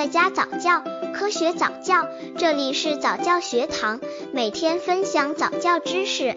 在家早教，科学早教，这里是早教学堂，每天分享早教知识。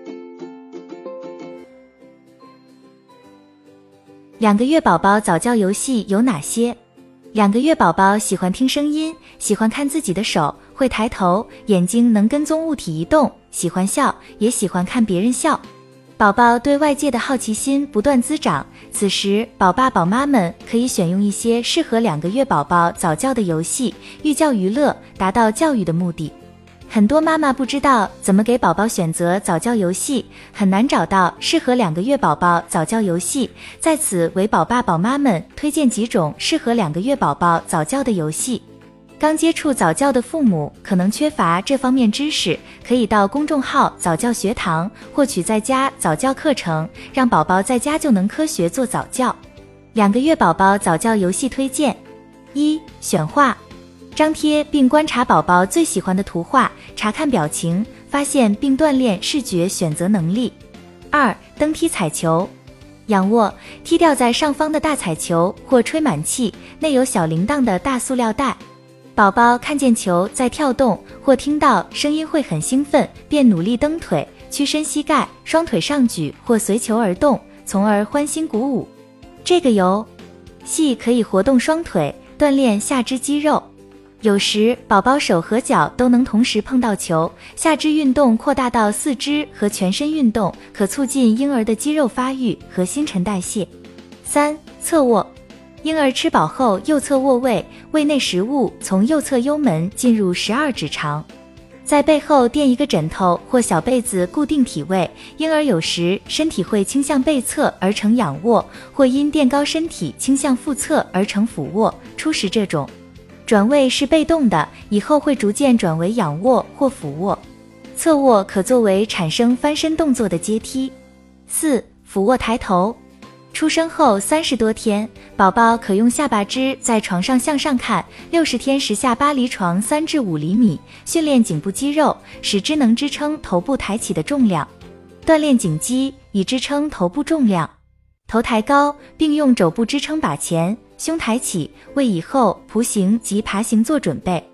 2个月宝宝早教游戏有哪些？2个月宝宝喜欢听声音，喜欢看自己的手，会抬头，眼睛能跟踪物体移动，喜欢笑，也喜欢看别人笑。宝宝对外界的好奇心不断滋长，此时宝爸宝妈们可以选用一些适合2个月宝宝早教的游戏，寓教于乐，达到教育的目的。很多妈妈不知道怎么给宝宝选择早教游戏，很难找到适合2个月宝宝早教游戏，在此为宝爸宝妈们推荐几种适合2个月宝宝早教的游戏。刚接触早教的父母可能缺乏这方面知识，可以到公众号早教学堂获取在家早教课程，让宝宝在家就能科学做早教。2个月宝宝早教游戏推荐： 1. 选画，张贴并观察宝宝最喜欢的图画，查看表情，发现并锻炼视觉选择能力。 2. 蹬踢彩球，仰卧踢吊在上方的大彩球或吹满气，内有小铃铛的大塑料袋。宝宝看见球在跳动或听到声音会很兴奋，便努力蹬腿，屈伸膝盖，双腿上举或随球而动，从而欢欣鼓舞。这个游戏可以活动双腿，锻炼下肢肌肉。有时宝宝手和脚都能同时碰到球，下肢运动扩大到四肢和全身运动，可促进婴儿的肌肉发育和新陈代谢。 3. 侧卧，婴儿吃饱后右侧卧位，胃内食物从右侧幽门进入12指肠，在背后垫一个枕头或小被子固定体位，婴儿有时身体会倾向背侧而成仰卧，或因垫高身体倾向腹侧而成俯卧，初时这种转位是被动的，以后会逐渐转为仰卧或俯卧。侧卧可作为产生翻身动作的阶梯。 4. 俯卧抬头，出生后30多天，宝宝可用下巴支在床上向上看，60天时下巴离床3至5厘米，训练颈部肌肉，使之能支撑头部抬起的重量，锻炼颈肌以支撑头部重量。头抬高，并用肘部支撑把前，胸抬起，为以后蹼行及爬行做准备。